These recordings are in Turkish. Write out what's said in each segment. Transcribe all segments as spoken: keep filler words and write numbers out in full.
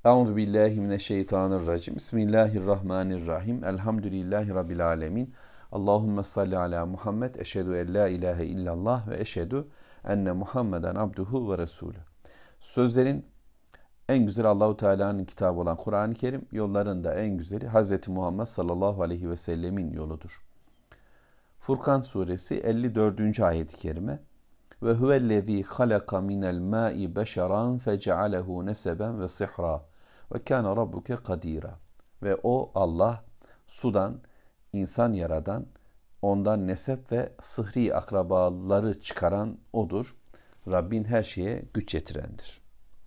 Euzu billahi mineşşeytanirracim. Bismillahirrahmanirrahim. Elhamdülillahi rabbil alamin. Allahumme salli ala Muhammed. Eşhedü en la ilahe illallah ve eşhedü enne Muhammeden abduhu ve resulü. Sözlerin en güzeli Allahu Teala'nın kitabı olan Kur'an-ı Kerim, yolların da en güzeli Hz. Muhammed sallallahu aleyhi ve sellemin yoludur. Furkan suresi elli dördüncü ayet-i kerime. Ve huvellezî halaka minel mâ'i beşeran fecealehu neseben ve sihra ve kâne rabbuke kadîra. Ve o Allah sudan insan yaradan, ondan nesep ve sıhri akrabaları çıkaran odur. Rabbin her şeye güç yetirendir.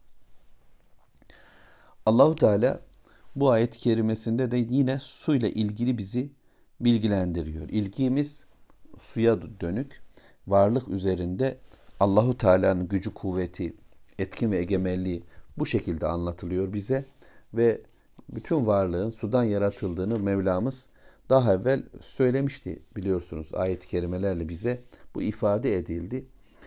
Allahu Teala bu ayet-i kerimesinde de yine suyla ilgili bizi bilgilendiriyor. İlgimiz suya dönük, varlık üzerinde Allahu Teala'nın gücü, kuvveti, etkin ve egemenliği bu şekilde anlatılıyor bize ve bütün varlığın sudan yaratıldığını Mevlamız daha evvel söylemişti, biliyorsunuz, ayet-i kerimelerle bize bu ifade edildi.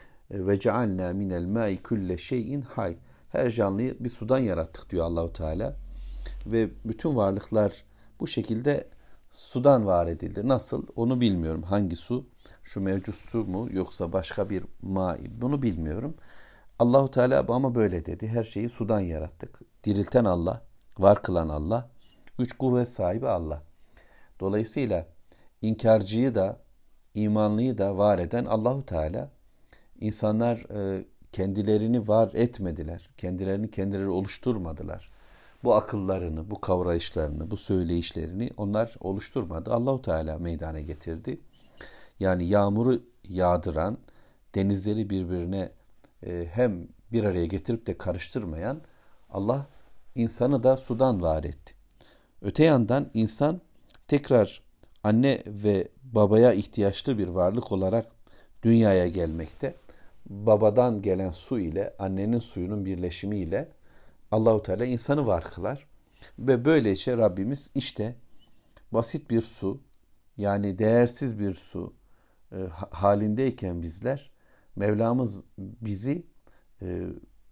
Ve cealna minel ma'i kulle şeyin hay. Her canlıyı bir sudan yarattık diyor Allahu Teala. Ve bütün varlıklar bu şekilde sudan var edildi. Nasıl? Onu bilmiyorum. Hangi su? Şu mevcut su mu yoksa başka bir ma? Bunu bilmiyorum. Allahu Teala ama böyle dedi. Her şeyi sudan yarattık. Dirilten Allah, var kılan Allah, güç kuvvet sahibi Allah. Dolayısıyla inkarcıyı da, imanlıyı da var eden Allahu Teala. İnsanlar e, kendilerini var etmediler. Kendilerini kendileri oluşturmadılar. Bu akıllarını, bu kavrayışlarını, bu söyleyişlerini onlar oluşturmadı. Allahu Teala meydana getirdi. Yani yağmuru yağdıran, denizleri birbirine e, hem bir araya getirip de karıştırmayan Allah insanı da sudan var etti. Öte yandan insan tekrar anne ve babaya ihtiyaçlı bir varlık olarak dünyaya gelmekte. Babadan gelen su ile annenin suyunun birleşimiyle Allahu Teala insanı var kılar. Ve böylece Rabbimiz işte basit bir su, yani değersiz bir su e, halindeyken bizler, Mevlamız bizi e,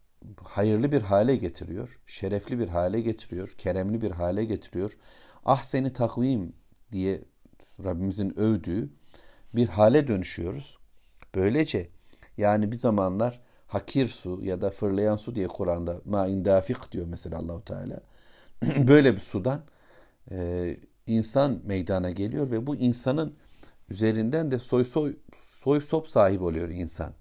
hayırlı bir hale getiriyor, şerefli bir hale getiriyor, keremli bir hale getiriyor. Ahseni takvim diye Rabbimizin övdüğü bir hale dönüşüyoruz. Böylece yani bir zamanlar hakir su ya da fırlayan su diye Kur'an'da ma'in dafik diyor mesela Allahu Teala. Böyle bir sudan e, insan meydana geliyor ve bu insanın üzerinden de soy soy soy sop sahibi oluyor insan.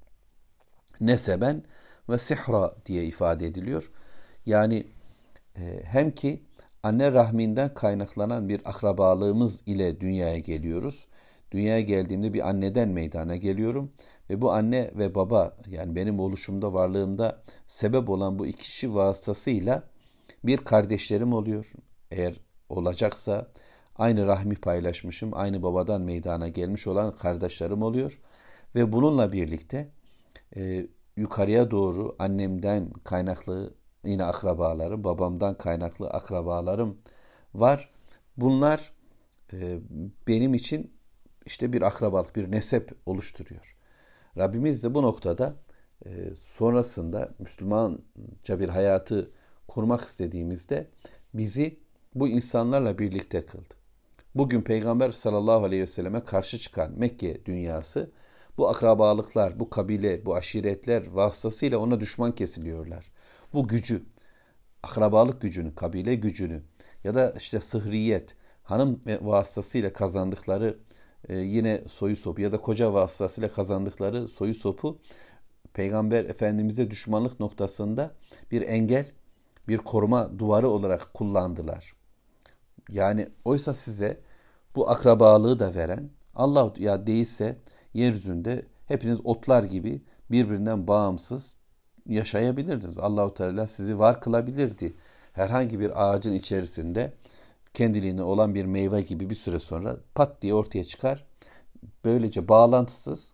Neseben ve sihra diye ifade ediliyor. Yani e, hem ki anne rahminden kaynaklanan bir akrabalığımız ile dünyaya geliyoruz. Dünyaya geldiğimde bir anneden meydana geliyorum ve bu anne ve baba, yani benim oluşumda, varlığımda sebep olan bu iki kişi vasıtasıyla bir kardeşlerim oluyor. Eğer olacaksa aynı rahmi paylaşmışım, aynı babadan meydana gelmiş olan kardeşlerim oluyor ve bununla birlikte e, yukarıya doğru annemden kaynaklı yine akrabalarım, babamdan kaynaklı akrabalarım var. Bunlar e, benim için işte bir akrabalık, bir nesep oluşturuyor. Rabbimiz de bu noktada e, sonrasında Müslümanca bir hayatı kurmak istediğimizde bizi bu insanlarla birlikte kıldı. Bugün Peygamber sallallahu aleyhi ve selleme karşı çıkan Mekke dünyası, bu akrabalıklar, bu kabile, bu aşiretler vasıtasıyla ona düşman kesiliyorlar. Bu gücü, akrabalık gücünü, kabile gücünü ya da işte sıhriyet, hanım vasıtasıyla kazandıkları e, yine soyu sopu ya da koca vasıtasıyla kazandıkları soyu sopu Peygamber Efendimiz'e düşmanlık noktasında bir engel, bir koruma duvarı olarak kullandılar. Yani oysa size bu akrabalığı da veren Allah ya değilse yeryüzünde hepiniz otlar gibi birbirinden bağımsız yaşayabilirdiniz. Allahu Teala sizi var kılabilirdi. Herhangi bir ağacın içerisinde kendiliğine olan bir meyve gibi bir süre sonra pat diye ortaya çıkar. Böylece bağlantısız,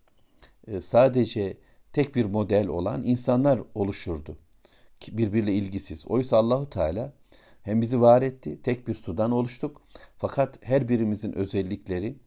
sadece tek bir model olan insanlar oluşurdu. Birbiriyle ilgisiz. Oysa Allahu Teala hem bizi var etti, tek bir sudan oluştuk. Fakat her birimizin özellikleri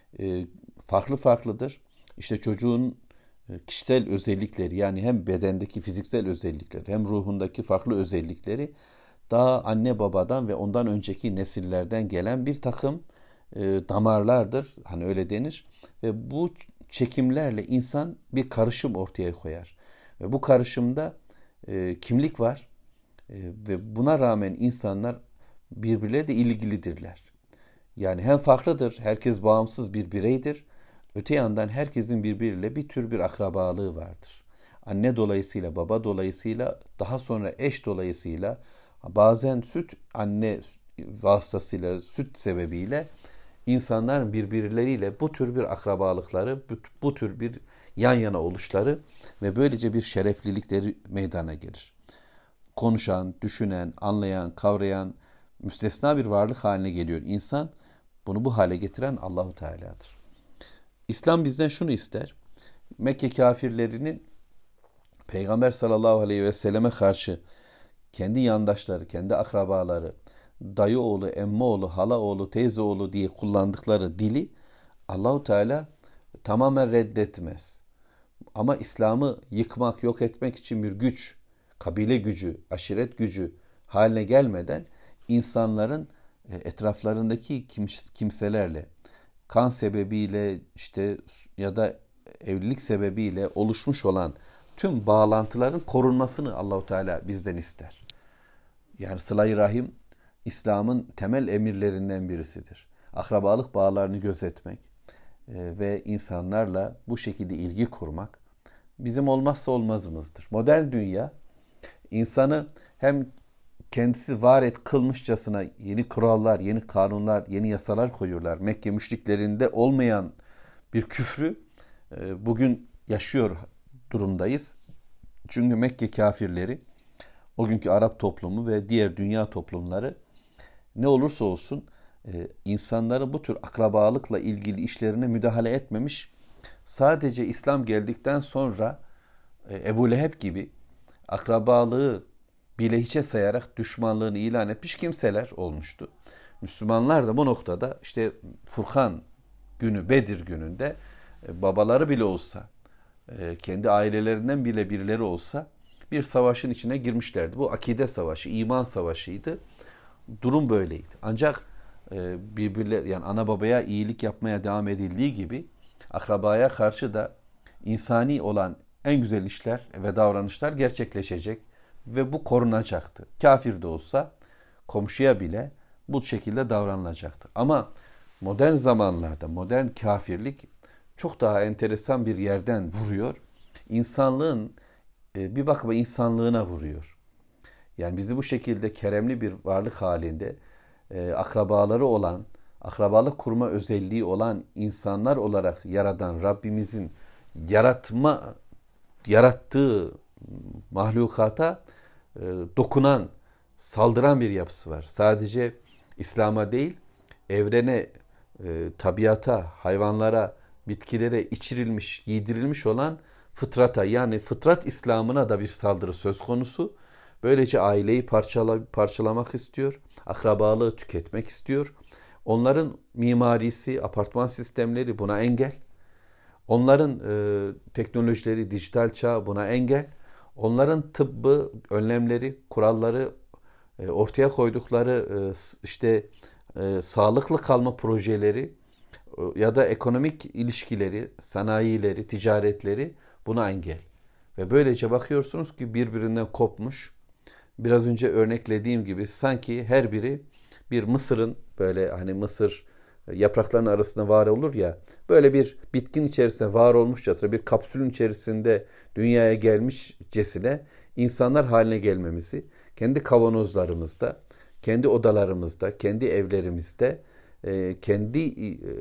farklı farklıdır. İşte çocuğun kişisel özellikleri, yani hem bedendeki fiziksel özellikleri hem ruhundaki farklı özellikleri daha anne babadan ve ondan önceki nesillerden gelen bir takım e, damarlardır. Hani öyle denir. Ve bu çekimlerle insan bir karışım ortaya koyar. Ve bu karışımda e, kimlik var. E, ve buna rağmen insanlar birbirleriyle de ilgilidirler. Yani hem farklıdır, herkes bağımsız bir bireydir. Öte yandan herkesin birbiriyle bir tür bir akrabalığı vardır. Anne dolayısıyla, baba dolayısıyla, daha sonra eş dolayısıyla, bazen süt anne vasıtasıyla, süt sebebiyle insanların birbirleriyle bu tür bir akrabalıkları, bu, bu tür bir yan yana oluşları ve böylece bir şereflilikleri meydana gelir. Konuşan, düşünen, anlayan, kavrayan, müstesna bir varlık haline geliyor insan. Bunu bu hale getiren Allahu Teala'dır. İslam bizden şunu ister. Mekke kafirlerinin Peygamber sallallahu aleyhi ve selleme karşı kendi yandaşları, kendi akrabaları, dayı oğlu, emmi oğlu, hala oğlu, teyze oğlu diye kullandıkları dili Allahu Teala tamamen reddetmez. Ama İslam'ı yıkmak, yok etmek için bir güç, kabile gücü, aşiret gücü haline gelmeden insanların etraflarındaki kimselerle, kan sebebiyle işte ya da evlilik sebebiyle oluşmuş olan tüm bağlantıların korunmasını Allahu Teala bizden ister. Yani sıla-i rahim İslam'ın temel emirlerinden birisidir. Akrabalık bağlarını gözetmek ve insanlarla bu şekilde ilgi kurmak bizim olmazsa olmazımızdır. Modern dünya insanı hem kendisi var et kılmışçasına yeni kurallar, yeni kanunlar, yeni yasalar koyuyorlar. Mekke müşriklerinde olmayan bir küfrü bugün yaşıyor durumdayız. Çünkü Mekke kafirleri, o günkü Arap toplumu ve diğer dünya toplumları ne olursa olsun insanların bu tür akrabalıkla ilgili işlerine müdahale etmemiş. Sadece İslam geldikten sonra Ebu Leheb gibi akrabalığı bile hiçe sayarak düşmanlığını ilan etmiş kimseler olmuştu. Müslümanlar da bu noktada işte Furkan günü, Bedir gününde babaları bile olsa, kendi ailelerinden bile birileri olsa bir savaşın içine girmişlerdi. Bu akide savaşı, iman savaşıydı. Durum böyleydi. Ancak birbirleri, yani ana babaya iyilik yapmaya devam edildiği gibi akrabaya karşı da insani olan en güzel işler ve davranışlar gerçekleşecek ve bu korunacaktı. Kafir de olsa komşuya bile bu şekilde davranılacaktı. Ama modern zamanlarda modern kafirlik çok daha enteresan bir yerden vuruyor. İnsanlığın bir bakıma insanlığına vuruyor. Yani bizi bu şekilde keremli bir varlık halinde akrabaları olan, akrabalık kurma özelliği olan insanlar olarak yaradan Rabbimizin yaratma yarattığı mahlukata e, dokunan, saldıran bir yapısı var. Sadece İslam'a değil, evrene, e, tabiata, hayvanlara, bitkilere içirilmiş, giydirilmiş olan fıtrata, yani fıtrat İslam'ına da bir saldırı söz konusu. Böylece aileyi parçala, parçalamak istiyor, akrabalığı tüketmek istiyor. Onların mimarisi, apartman sistemleri buna engel. Onların e, teknolojileri, dijital çağ buna engel. Onların tıbbı, önlemleri, kuralları, e, ortaya koydukları e, işte e, sağlıklı kalma projeleri e, ya da ekonomik ilişkileri, sanayileri, ticaretleri buna engel. Ve böylece bakıyorsunuz ki birbirinden kopmuş. Biraz önce örneklediğim gibi sanki her biri bir mısırın, böyle hani mısır yaprakların arasında var olur ya, böyle bir bitkin içerisinde var olmuşçasına, bir kapsülün içerisinde dünyaya gelmişcesine insanlar haline gelmemizi, kendi kavanozlarımızda, kendi odalarımızda, kendi evlerimizde, kendi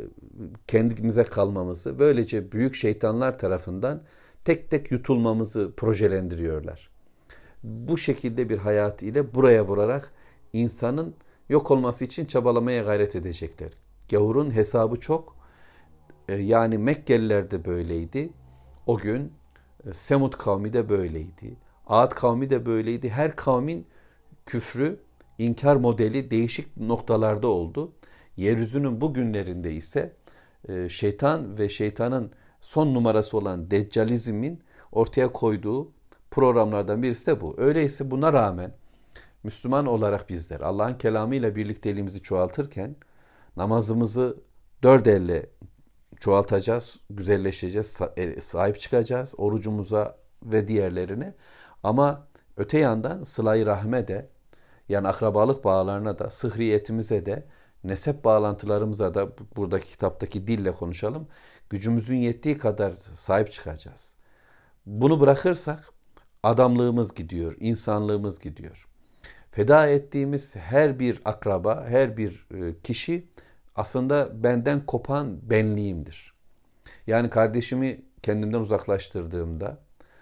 kendimize kalmamızı, böylece büyük şeytanlar tarafından tek tek yutulmamızı projelendiriyorlar. Bu şekilde bir hayat ile buraya vurarak insanın yok olması için çabalamaya gayret edecekler. Gavurun hesabı çok. Yani Mekkeliler de böyleydi. O gün Semud kavmi de böyleydi. Ad kavmi de böyleydi. Her kavmin küfrü, inkar modeli değişik noktalarda oldu. Yeryüzünün bu günlerinde ise şeytan ve şeytanın son numarası olan Deccalizmin ortaya koyduğu programlardan birisi de bu. Öyleyse buna rağmen Müslüman olarak bizler Allah'ın kelamıyla birlikteliğimizi çoğaltırken namazımızı dört elle çoğaltacağız, güzelleşeceğiz, sahip çıkacağız orucumuza ve diğerlerine. Ama öte yandan sıla-i rahme de, yani akrabalık bağlarına da, sıhriyetimize de, nesep bağlantılarımıza da, buradaki kitaptaki dille konuşalım, gücümüzün yettiği kadar sahip çıkacağız. Bunu bırakırsak adamlığımız gidiyor, insanlığımız gidiyor. Feda ettiğimiz her bir akraba, her bir kişi aslında benden kopan benliğimdir. Yani kardeşimi kendimden uzaklaştırdığımda,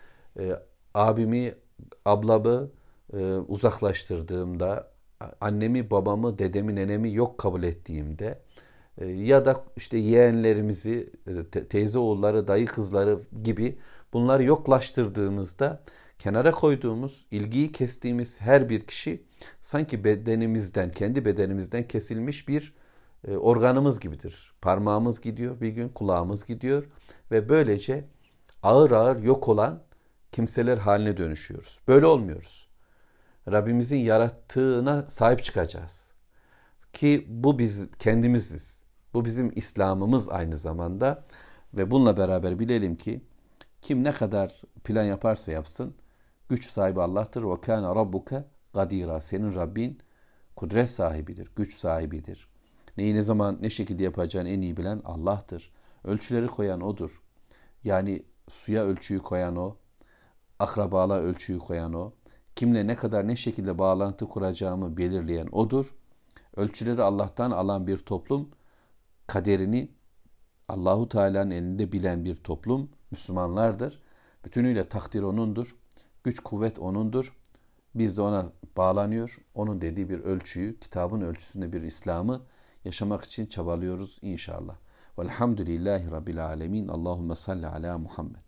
abimi, ablamı uzaklaştırdığımda, annemi, babamı, dedemi, nenemi yok kabul ettiğimde ya da işte yeğenlerimizi, teyze oğulları, dayı kızları gibi bunları yoklaştırdığımızda kenara koyduğumuz, ilgiyi kestiğimiz her bir kişi sanki bedenimizden, kendi bedenimizden kesilmiş bir organımız gibidir. Parmağımız gidiyor bir gün, kulağımız gidiyor ve böylece ağır ağır yok olan kimseler haline dönüşüyoruz. Böyle olmuyoruz. Rabbimizin yarattığına sahip çıkacağız. Ki bu biz kendimiziz. Bu bizim İslam'ımız aynı zamanda ve bununla beraber bilelim ki kim ne kadar plan yaparsa yapsın güç sahibi Allah'tır. Ve kâne rabbuke kadîrâ. Senin Rabbin kudret sahibidir, güç sahibidir. Neyi ne zaman ne şekilde yapacağını en iyi bilen Allah'tır. Ölçüleri koyan O'dur. Yani suya ölçüyü koyan O, akrabala ölçüyü koyan O, kimle ne kadar ne şekilde bağlantı kuracağımı belirleyen O'dur. Ölçüleri Allah'tan alan bir toplum, kaderini Allahu Teala'nın elinde bilen bir toplum Müslümanlardır. Bütünüyle takdir O'nundur. Güç kuvvet O'nundur. Biz de O'na bağlanıyor. O'nun dediği bir ölçüyü, kitabın ölçüsünde bir İslam'ı yaşamak için çabalıyoruz inşallah. Velhamdülillahi Rabbil alemin. Allahümme salli ala Muhammed.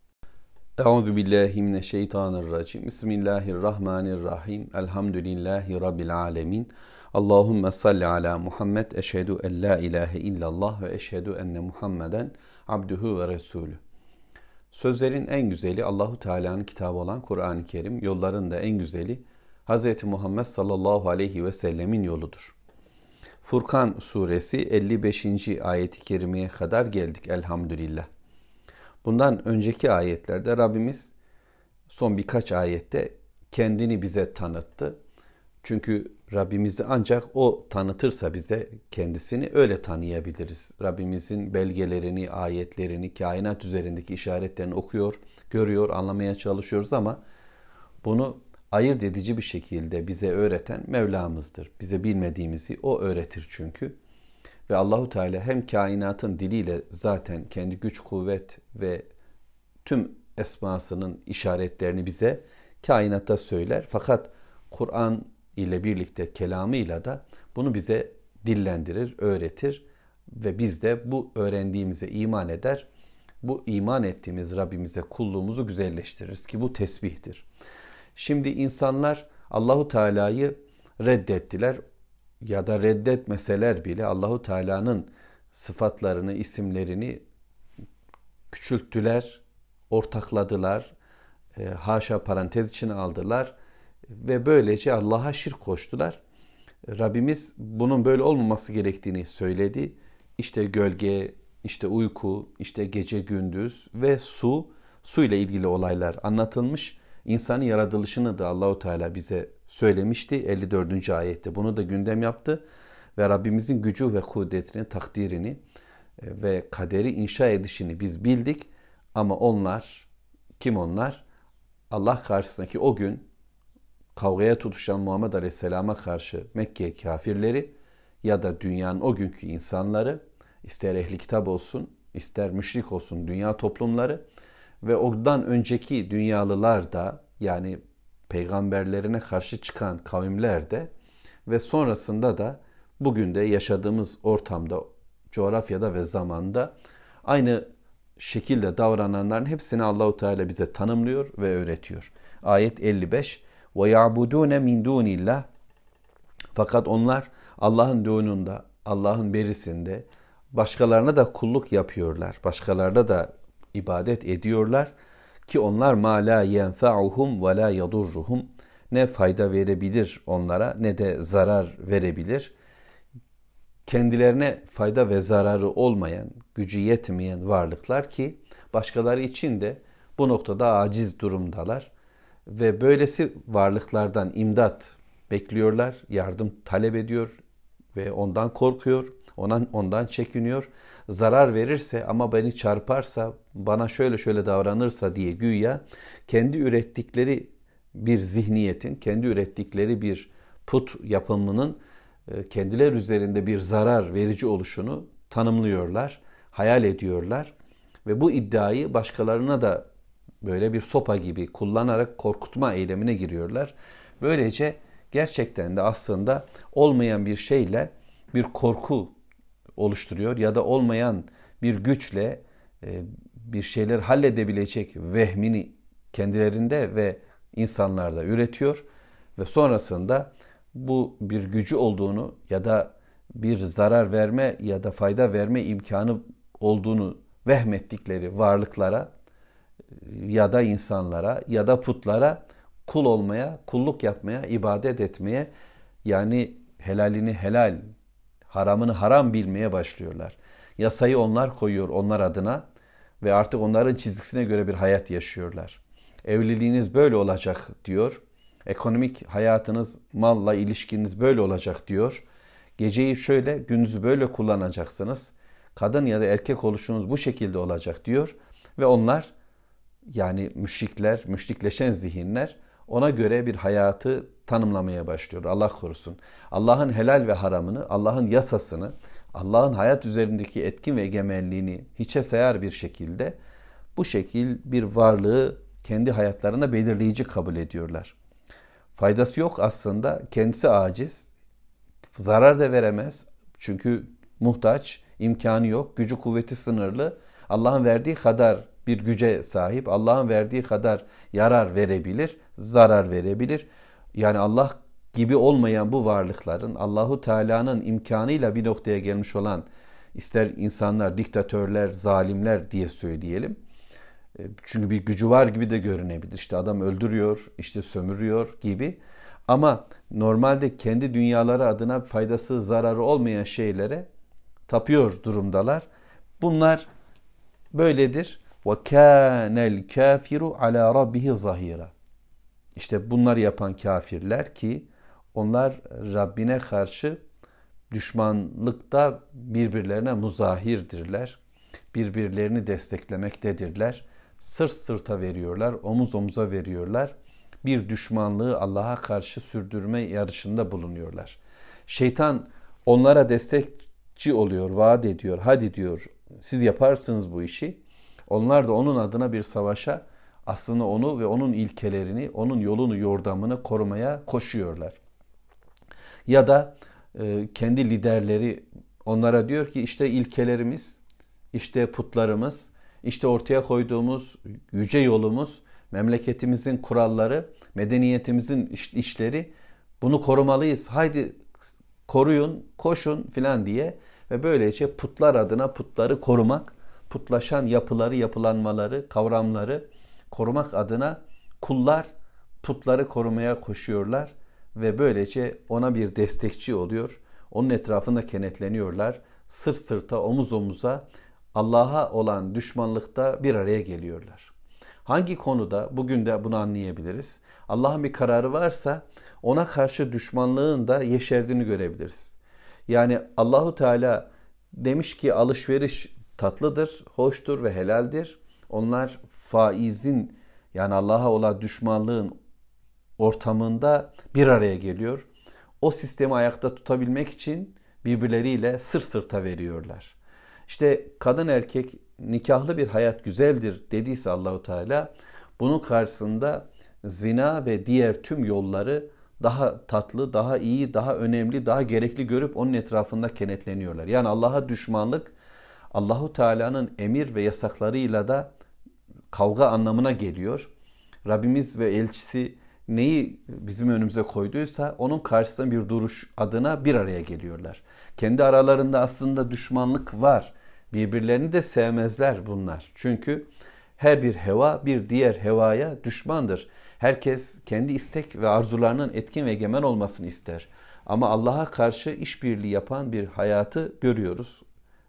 Euzu billahi mineşşeytanirracim. Bismillahirrahmanirrahim. Elhamdülillahi Rabbil alemin. Allahümme salli ala Muhammed. Eşhedü en la ilahe illallah ve eşhedü enne Muhammeden abduhu ve resulü. Sözlerin en güzeli Allahu Teala'nın kitabı olan Kur'an-ı Kerim, yolların da en güzeli Hz. Muhammed sallallahu aleyhi ve sellemin yoludur. Furkan suresi elli beşinci ayeti kerimeye kadar geldik elhamdülillah. Bundan önceki ayetlerde Rabbimiz son birkaç ayette kendini bize tanıttı. Çünkü Rabbimizi ancak O tanıtırsa bize kendisini öyle tanıyabiliriz. Rabbimizin belgelerini, ayetlerini, kainat üzerindeki işaretlerini okuyor, görüyor, anlamaya çalışıyoruz ama bunu ayırt edici bir şekilde bize öğreten Mevlamızdır. Bize bilmediğimizi O öğretir çünkü. Ve Allahu Teala hem kainatın diliyle zaten kendi güç, kuvvet ve tüm esmasının işaretlerini bize kainatta söyler. Fakat Kur'an ile birlikte kelamıyla da bunu bize dillendirir, öğretir ve biz de bu öğrendiğimize iman eder. Bu iman ettiğimiz Rabbimize kulluğumuzu güzelleştiririz ki bu tesbihtir. Şimdi insanlar Allahu Teala'yı reddettiler ya da reddetmeseler bile Allahu Teala'nın sıfatlarını, isimlerini küçülttüler, ortakladılar, e, haşa parantez içine aldılar ve böylece Allah'a şirk koştular. Rabbimiz bunun böyle olmaması gerektiğini söyledi. İşte gölge, işte uyku, işte gece gündüz ve su, su ile ilgili olaylar anlatılmış. İnsanın yaratılışını da Allahu Teala bize söylemişti. elli dördüncü ayette bunu da gündem yaptı ve Rabbimizin gücü ve kudretini, takdirini ve kaderi inşa edişini biz bildik. Ama onlar, kim onlar? Allah karşısındaki o gün kavgaya tutuşan Muhammed Aleyhisselam'a karşı Mekke kafirleri ya da dünyanın o günkü insanları, ister ehli kitap olsun, ister müşrik olsun dünya toplumları ve ondan önceki dünyalılar da, yani peygamberlerine karşı çıkan kavimler de ve sonrasında da bugün de yaşadığımız ortamda, coğrafyada ve zamanda aynı şekilde davrananların hepsini Allahu Teala bize tanımlıyor ve öğretiyor. Ayet elli beş: "Ve ya'budûne min dûnillah." Fakat onlar Allah'ın dûnunda, Allah'ın berisinde başkalarına da kulluk yapıyorlar. Başkalarına da ibadet ediyorlar ki onlar ma la yenfa'uhum ve la yadurruhum. ne fayda verebilir onlara ne de zarar verebilir. Kendilerine fayda ve zararı olmayan, gücü yetmeyen varlıklar ki başkaları için de bu noktada aciz durumdalar. Ve böylesi varlıklardan imdat bekliyorlar, yardım talep ediyor ve ondan korkuyor, ondan, ondan çekiniyor. Zarar verirse ama beni çarparsa, bana şöyle şöyle davranırsa diye güya kendi ürettikleri bir zihniyetin, kendi ürettikleri bir put yapımının kendiler üzerinde bir zarar verici oluşunu tanımlıyorlar, hayal ediyorlar ve bu iddiayı başkalarına da böyle bir sopa gibi kullanarak korkutma eylemine giriyorlar. Böylece gerçekten de aslında olmayan bir şeyle bir korku oluşturuyor ya da olmayan bir güçle bir şeyler halledebilecek vehmini kendilerinde ve insanlarda üretiyor ve sonrasında bu bir gücü olduğunu ya da bir zarar verme ya da fayda verme imkanı olduğunu vehmettikleri varlıklara ya da insanlara ya da putlara kul olmaya, kulluk yapmaya, ibadet etmeye, yani helalini helal, haramını haram bilmeye başlıyorlar. Yasayı onlar koyuyor onlar adına ve artık onların çizgisine göre bir hayat yaşıyorlar. Evliliğiniz böyle olacak diyor. Ekonomik hayatınız, malla ilişkiniz böyle olacak diyor. Geceyi şöyle, gündüzü böyle kullanacaksınız. Kadın ya da erkek oluşunuz bu şekilde olacak diyor. Ve onlar, yani müşrikler, müşrikleşen zihinler ona göre bir hayatı tanımlamaya başlıyor. Allah korusun. Allah'ın helal ve haramını, Allah'ın yasasını, Allah'ın hayat üzerindeki etkin ve egemenliğini hiçe sayar bir şekilde bu şekil bir varlığı kendi hayatlarında belirleyici kabul ediyorlar. Faydası yok aslında. Kendisi aciz. Zarar da veremez. Çünkü muhtaç, imkanı yok. Gücü kuvveti sınırlı. Allah'ın verdiği kadar bir güce sahip. Allah'ın verdiği kadar yarar verebilir, zarar verebilir. Yani Allah gibi olmayan bu varlıkların, Allahu Teala'nın imkanıyla bir noktaya gelmiş olan, ister insanlar, diktatörler, zalimler diye söyleyelim. Çünkü bir gücü var gibi de görünebilir. İşte adam öldürüyor, işte sömürüyor gibi. Ama normalde kendi dünyaları adına faydası, zararı olmayan şeylere tapıyor durumdalar. Bunlar böyledir. وَكَانَ الْكَافِرُ عَلَى رَبِّهِ ظَهِيرًا. İşte bunları yapan kafirler ki onlar Rabbine karşı düşmanlıkta birbirlerine muzahirdirler. Birbirlerini desteklemektedirler. Sırt sırta veriyorlar, omuz omuza veriyorlar. Bir düşmanlığı Allah'a karşı sürdürme yarışında bulunuyorlar. Şeytan onlara destekçi oluyor, vaat ediyor. Hadi diyor, siz yaparsınız bu işi. Onlar da onun adına bir savaşa, aslında onu ve onun ilkelerini, onun yolunu, yordamını korumaya koşuyorlar. Ya da e, kendi liderleri onlara diyor ki işte ilkelerimiz, işte putlarımız, işte ortaya koyduğumuz yüce yolumuz, memleketimizin kuralları, medeniyetimizin işleri, bunu korumalıyız. Haydi koruyun, koşun filan diye ve böylece putlar adına putları korumak, putlaşan yapıları, yapılanmaları, kavramları korumak adına kullar putları korumaya koşuyorlar ve böylece ona bir destekçi oluyor. Onun etrafında kenetleniyorlar. Sırt sırta, omuz omuza Allah'a olan düşmanlıkta bir araya geliyorlar. Hangi konuda bugün de bunu anlayabiliriz? Allah'ın bir kararı varsa ona karşı düşmanlığın da yeşerdiğini görebiliriz. Yani Allahu Teala demiş ki alışveriş tatlıdır, hoştur ve helaldir. Onlar faizin, yani Allah'a olan düşmanlığın ortamında bir araya geliyor. O sistemi ayakta tutabilmek için birbirleriyle sırt sırta veriyorlar. İşte kadın erkek nikahlı bir hayat güzeldir dediyse Allahu Teala, bunun karşısında zina ve diğer tüm yolları daha tatlı, daha iyi, daha önemli, daha gerekli görüp onun etrafında kenetleniyorlar. Yani Allah'a düşmanlık Allahu Teala'nın emir ve yasaklarıyla da kavga anlamına geliyor. Rabbimiz ve elçisi neyi bizim önümüze koyduysa onun karşısında bir duruş adına bir araya geliyorlar. Kendi aralarında aslında düşmanlık var. Birbirlerini de sevmezler bunlar. Çünkü her bir heva bir diğer hevaya düşmandır. Herkes kendi istek ve arzularının etkin ve egemen olmasını ister. Ama Allah'a karşı işbirliği yapan bir hayatı görüyoruz.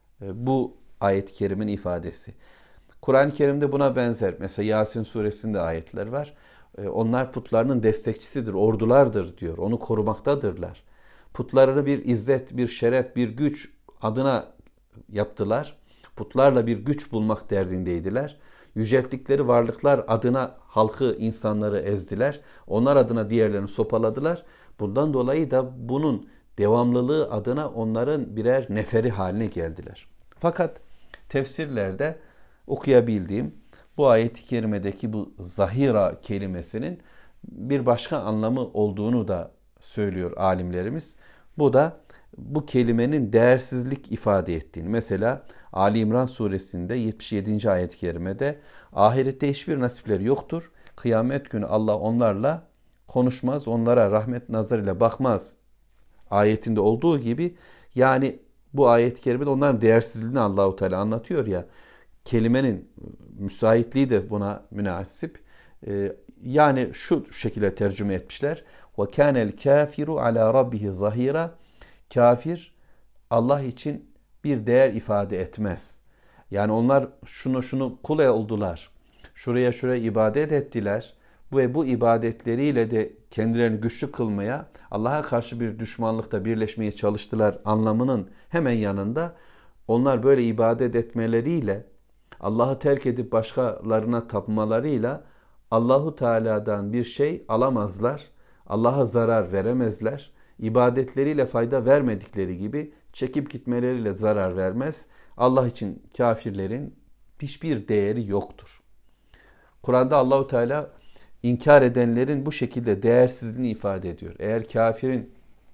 Bu ayet-i kerimin ifadesi. Kur'an-ı Kerim'de buna benzer. Mesela Yasin suresinde ayetler var. Onlar putlarının destekçisidir, ordulardır diyor. Onu korumaktadırlar. Putlarını bir izzet, bir şeref, bir güç adına yaptılar. Putlarla bir güç bulmak derdindeydiler. Yücelttikleri varlıklar adına halkı, insanları ezdiler. Onlar adına diğerlerini sopaladılar. Bundan dolayı da bunun devamlılığı adına onların birer neferi haline geldiler. Fakat tefsirlerde okuyabildiğim bu ayet-i kerimedeki bu zahira kelimesinin bir başka anlamı olduğunu da söylüyor alimlerimiz. Bu da bu kelimenin değersizlik ifade ettiğini. Mesela Ali İmran suresinde yetmiş yedinci ayet-i kerimede ahirette hiçbir nasipleri yoktur. Kıyamet günü Allah onlarla konuşmaz, onlara rahmet nazarıyla bakmaz ayetinde olduğu gibi, yani bu ayet-i kerimede onların değersizliğini Allahu Teala anlatıyor ya, kelimenin müsaitliği de buna münasip. Ee, yani şu şekilde tercüme etmişler. Ve kânel kâfiru alâ rabbihi zahîra. Kafir Allah için bir değer ifade etmez. Yani onlar şunu şunu kul oldular. Şuraya şuraya ibadet ettiler. Ve bu ibadetleriyle de kendilerini güçlü kılmaya, Allah'a karşı bir düşmanlıkta birleşmeye çalıştılar anlamının hemen yanında, onlar böyle ibadet etmeleriyle, Allah'ı terk edip başkalarına tapmalarıyla Allahu Teala'dan bir şey alamazlar. Allah'a zarar veremezler. İbadetleriyle fayda vermedikleri gibi çekip gitmeleriyle zarar vermez. Allah için kafirlerin hiçbir değeri yoktur. Kur'an'da Allahu Teala inkar edenlerin bu şekilde değersizliğini ifade ediyor. Eğer kafirin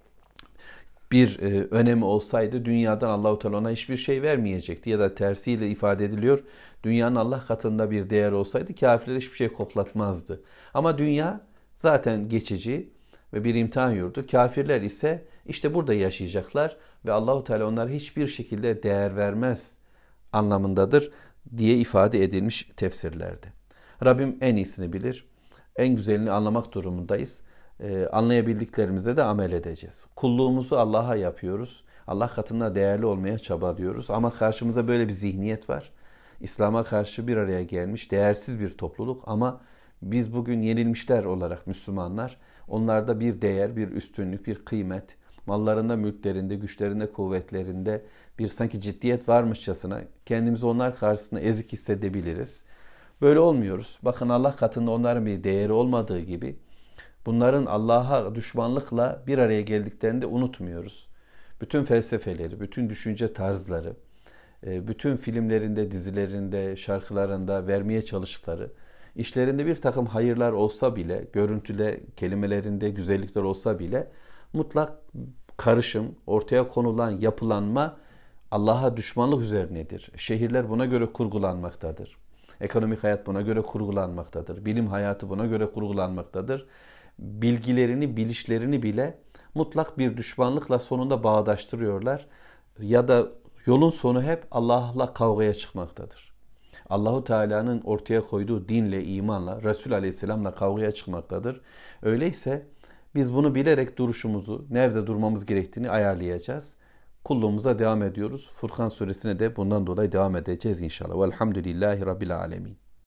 bir e, önemi olsaydı dünyadan Allahu Teala ona hiçbir şey vermeyecekti, ya da tersiyle ifade ediliyor. Dünyanın Allah katında bir değer olsaydı kafirlere hiçbir şey koklatmazdı. Ama dünya zaten geçici ve bir imtihan yurdu. Kafirler ise işte burada yaşayacaklar ve Allahu Teala onlara hiçbir şekilde değer vermez anlamındadır diye ifade edilmiş tefsirlerde. Rabbim en iyisini bilir. En güzelini anlamak durumundayız. Ee, anlayabildiklerimize de amel edeceğiz. Kulluğumuzu Allah'a yapıyoruz. Allah katında değerli olmaya çabalıyoruz. Ama karşımıza böyle bir zihniyet var. İslam'a karşı bir araya gelmiş değersiz bir topluluk, ama biz bugün yenilmişler olarak Müslümanlar, onlarda bir değer, bir üstünlük, bir kıymet, mallarında, mülklerinde, güçlerinde, kuvvetlerinde bir sanki ciddiyet varmışçasına kendimizi onlar karşısında ezik hissedebiliriz. Böyle olmuyoruz. Bakın, Allah katında onların bir değeri olmadığı gibi bunların Allah'a düşmanlıkla bir araya geldiklerini de unutmuyoruz. Bütün felsefeleri, bütün düşünce tarzları, bütün filmlerinde, dizilerinde, şarkılarında vermeye çalıştıkları, işlerinde bir takım hayırlar olsa bile, görüntüle, kelimelerinde güzellikler olsa bile mutlak karışım, ortaya konulan yapılanma Allah'a düşmanlık üzerinedir. Şehirler buna göre kurgulanmaktadır. Ekonomik hayat buna göre kurgulanmaktadır. Bilim hayatı buna göre kurgulanmaktadır. Bilgilerini, bilişlerini bile mutlak bir düşmanlıkla sonunda bağdaştırıyorlar. Ya da yolun sonu hep Allah'la kavgaya çıkmaktadır. Allahu Teala'nın ortaya koyduğu dinle, imanla, Resul Aleyhisselam'la kavgaya çıkmaktadır. Öyleyse biz bunu bilerek duruşumuzu, nerede durmamız gerektiğini ayarlayacağız. Kulluğumuza devam ediyoruz. Furkan suresine de bundan dolayı devam edeceğiz inşallah. Velhamdülillahi Rabbil alemin.